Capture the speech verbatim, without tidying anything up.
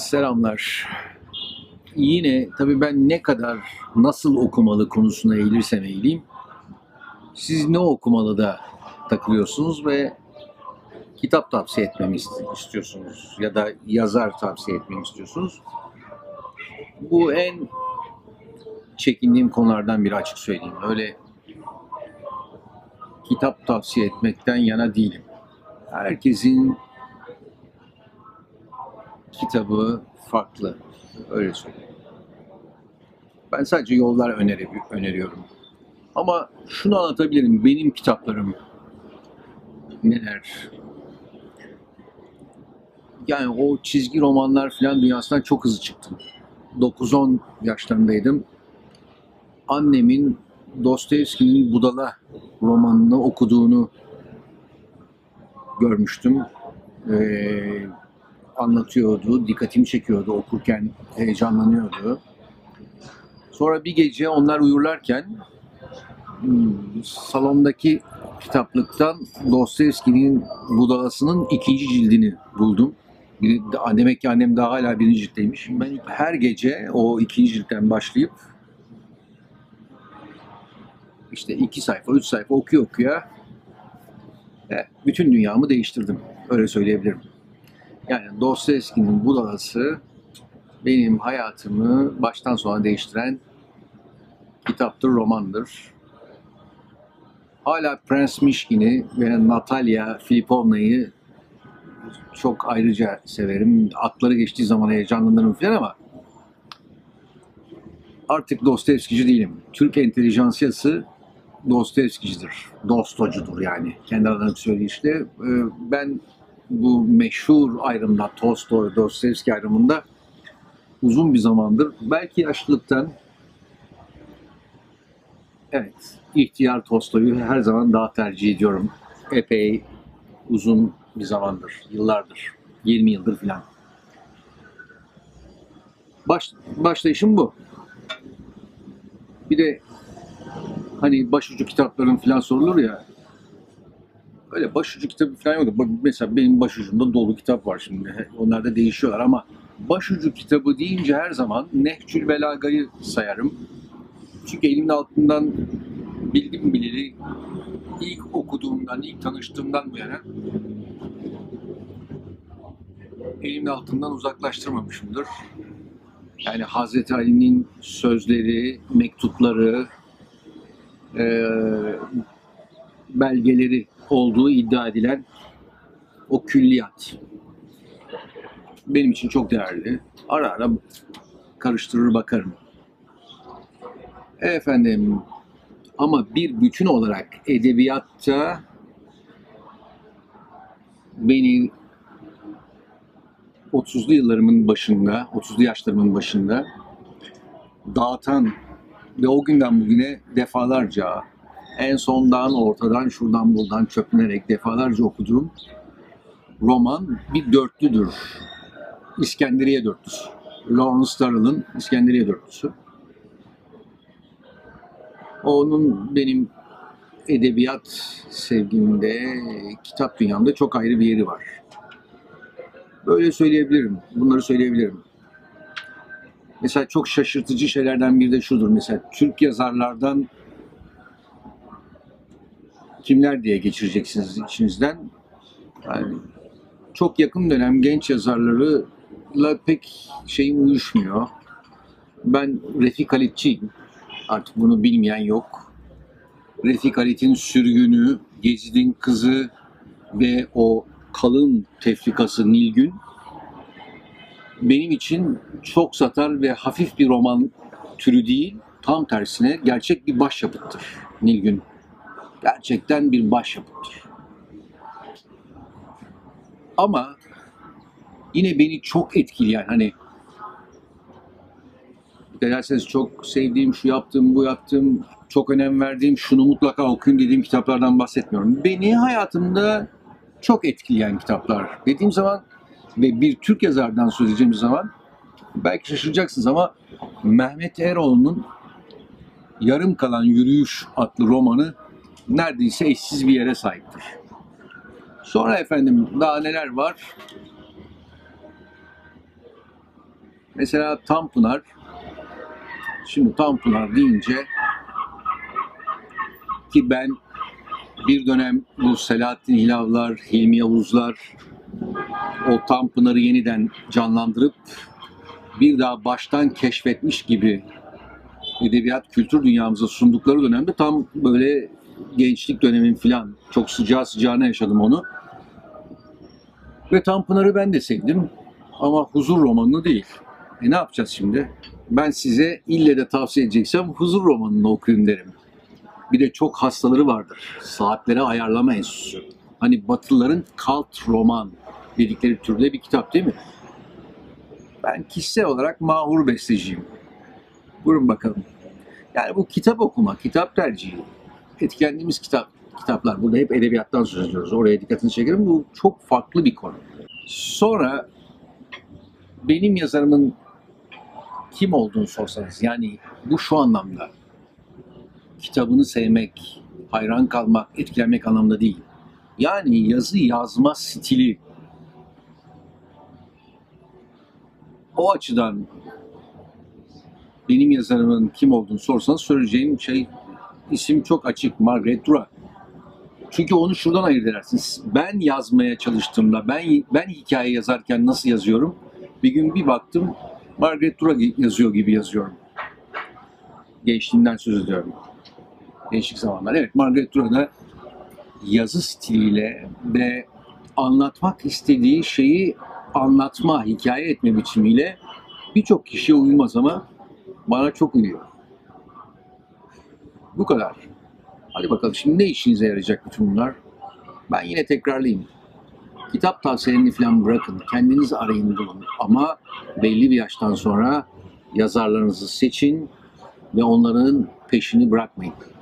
Selamlar. Yine tabii ben ne kadar nasıl okumalı konusuna eğilirsem eğileyim, siz ne okumalı da takılıyorsunuz ve kitap tavsiye etmemi istiyorsunuz ya da yazar tavsiye etmemi istiyorsunuz. Bu en çekindiğim konulardan biri, açık söyleyeyim. Öyle kitap tavsiye etmekten yana değilim. Herkesin kitabı farklı, öyle söyleyeyim. Ben sadece yollar öneri, öneriyorum. Ama şunu anlatabilirim, benim kitaplarım neler? Yani o çizgi romanlar falan dünyasından çok hızlı çıktım. dokuz on yaşlarındaydım. Annemin Dostoyevski'nin Budala romanını okuduğunu görmüştüm. Ee, anlatıyordu, dikkatimi çekiyordu, okurken heyecanlanıyordu. Sonra bir gece onlar uyurlarken salondaki kitaplıktan Dostoyevski'nin Budalası'nın ikinci cildini buldum. Bir, demek ki annem daha hala birinci ciltteymiş. Ben her gece o ikinci ciltten başlayıp işte iki sayfa, üç sayfa okuya okuya bütün dünyamı değiştirdim. Öyle söyleyebilirim. Yani Dostoyevski'nin Budalası benim hayatımı baştan sona değiştiren kitaptır, romandır. Hala Prens Mişkin'i ve Natalya Filipovna'yı çok ayrıca severim. Atları geçtiği zaman heyecanlanırım falan ama artık Dostoyevskici değilim. Türk entelijansiyası Dostoyevskicidir. Dostocudur yani. Kendi adına söyleyişle. Ben bu meşhur ayrımda, Tolstoy, Dostoyevski ayrımında uzun bir zamandır, belki yaşlılıktan, evet, ihtiyar Tolstoy'u her zaman daha tercih ediyorum. Epey uzun bir zamandır, yıllardır, yirmi yıldır filan. Baş, başlayışım bu. Bir de hani başucu kitapların filan sorulur ya, öyle başucu kitabı filan yok. Mesela benim başucumda dolu kitap var şimdi. Onlar da değişiyorlar ama başucu kitabı deyince her zaman Nehcül Belaga'yı sayarım. Çünkü elimin altından bildim bileli ilk okuduğumdan, ilk tanıştığımdan bu yana elimin altından uzaklaştırmamışımdır. Yani Hazreti Ali'nin sözleri, mektupları, e, belgeleri olduğu iddia edilen o külliyat benim için çok değerli. Ara ara karıştırır bakarım. Efendim, ama bir bütün olarak edebiyatta beni otuzlu yıllarımın başında, otuzlu yaşlarımın başında dağıtan ve o günden bugüne defalarca, en sondan, ortadan, şuradan, buradan çöpünerek defalarca okuduğum roman bir dörtlüdür. İskenderiye Dörtlüsü. Lawrence Durrell'ın İskenderiye Dörtlüsü. Onun benim edebiyat sevgimde, kitap dünyamda çok ayrı bir yeri var. Böyle söyleyebilirim, bunları söyleyebilirim. Mesela çok şaşırtıcı şeylerden biri de şudur. Mesela Türk yazarlardan kimler diye geçireceksiniz içinizden. Yani çok yakın dönem genç yazarlarıyla pek şeyim uyuşmuyor. Ben Refik Halitçiyim. Artık bunu bilmeyen yok. Refik Halit'in Sürgünü, Gezi'nin Kızı ve o kalın tefrikası Nilgün benim için çok satar ve hafif bir roman türü değil, tam tersine gerçek bir başyapıttır Nilgün. Gerçekten bir başyapıttır. Ama yine beni çok etkileyen, hani derseniz çok sevdiğim, şu yaptığım, bu yaptığım, çok önem verdiğim, şunu mutlaka okuyun dediğim kitaplardan bahsetmiyorum. Beni hayatımda çok etkileyen kitaplar dediğim zaman ve bir Türk yazardan söz edeceğim zaman belki şaşıracaksınız ama Mehmet Eroğlu'nun Yarım Kalan Yürüyüş adlı romanı neredeyse eşsiz bir yere sahiptir. Sonra efendim daha neler var? Mesela Tanpınar, şimdi Tanpınar deyince, ki ben bir dönem bu Selahattin Hilavlar, Hilmi Yavuzlar o Tanpınar'ı yeniden canlandırıp bir daha baştan keşfetmiş gibi edebiyat kültür dünyamıza sundukları dönemde tam böyle gençlik dönemim filan, çok sıcağı sıcağına yaşadım onu. Ve Tanpınar'ı ben de sevdim ama huzur romanını değil. E ne yapacağız şimdi? Ben size ille de tavsiye edeceksem huzur romanını okuyun derim. Bir de çok hastaları vardır. Saatlere Ayarlama Enstitüsü. Hani Batılıların cult roman dedikleri türde bir kitap değil mi? Ben kişisel olarak Mahur Besteciyim. Buyurun bakalım. Yani bu kitap okuma, kitap tercihi, etkilendiğimiz kitap, kitaplar. Burada hep edebiyattan söz ediyoruz. Oraya dikkatini çekerim. Bu çok farklı bir konu. Sonra benim yazarımın kim olduğunu sorsanız, yani bu şu anlamda, kitabını sevmek, hayran kalmak, etkilenmek anlamda değil. Yani yazı yazma stili. O açıdan benim yazarımın kim olduğunu sorsanız söyleyeceğim şey, isim çok açık, Margaret Duras. Çünkü onu şuradan ayırt edersiniz. Ben yazmaya çalıştığımda, ben ben hikaye yazarken nasıl yazıyorum? Bir gün bir baktım, Margaret Duras yazıyor gibi yazıyorum. Gençliğimden söz ediyorum. Gençlik zamanlar. Evet, Margaret Duras'da yazı stiliyle ve anlatmak istediği şeyi anlatma, hikaye etme biçimiyle birçok kişiye uymaz ama bana çok uyuyor. Bu kadar. Hadi bakalım şimdi ne işinize yarayacak bütün bunlar? Ben yine tekrarlayayım. Kitap tavsiyelerini falan bırakın. Kendiniz arayın bulun. Ama belli bir yaştan sonra yazarlarınızı seçin ve onların peşini bırakmayın.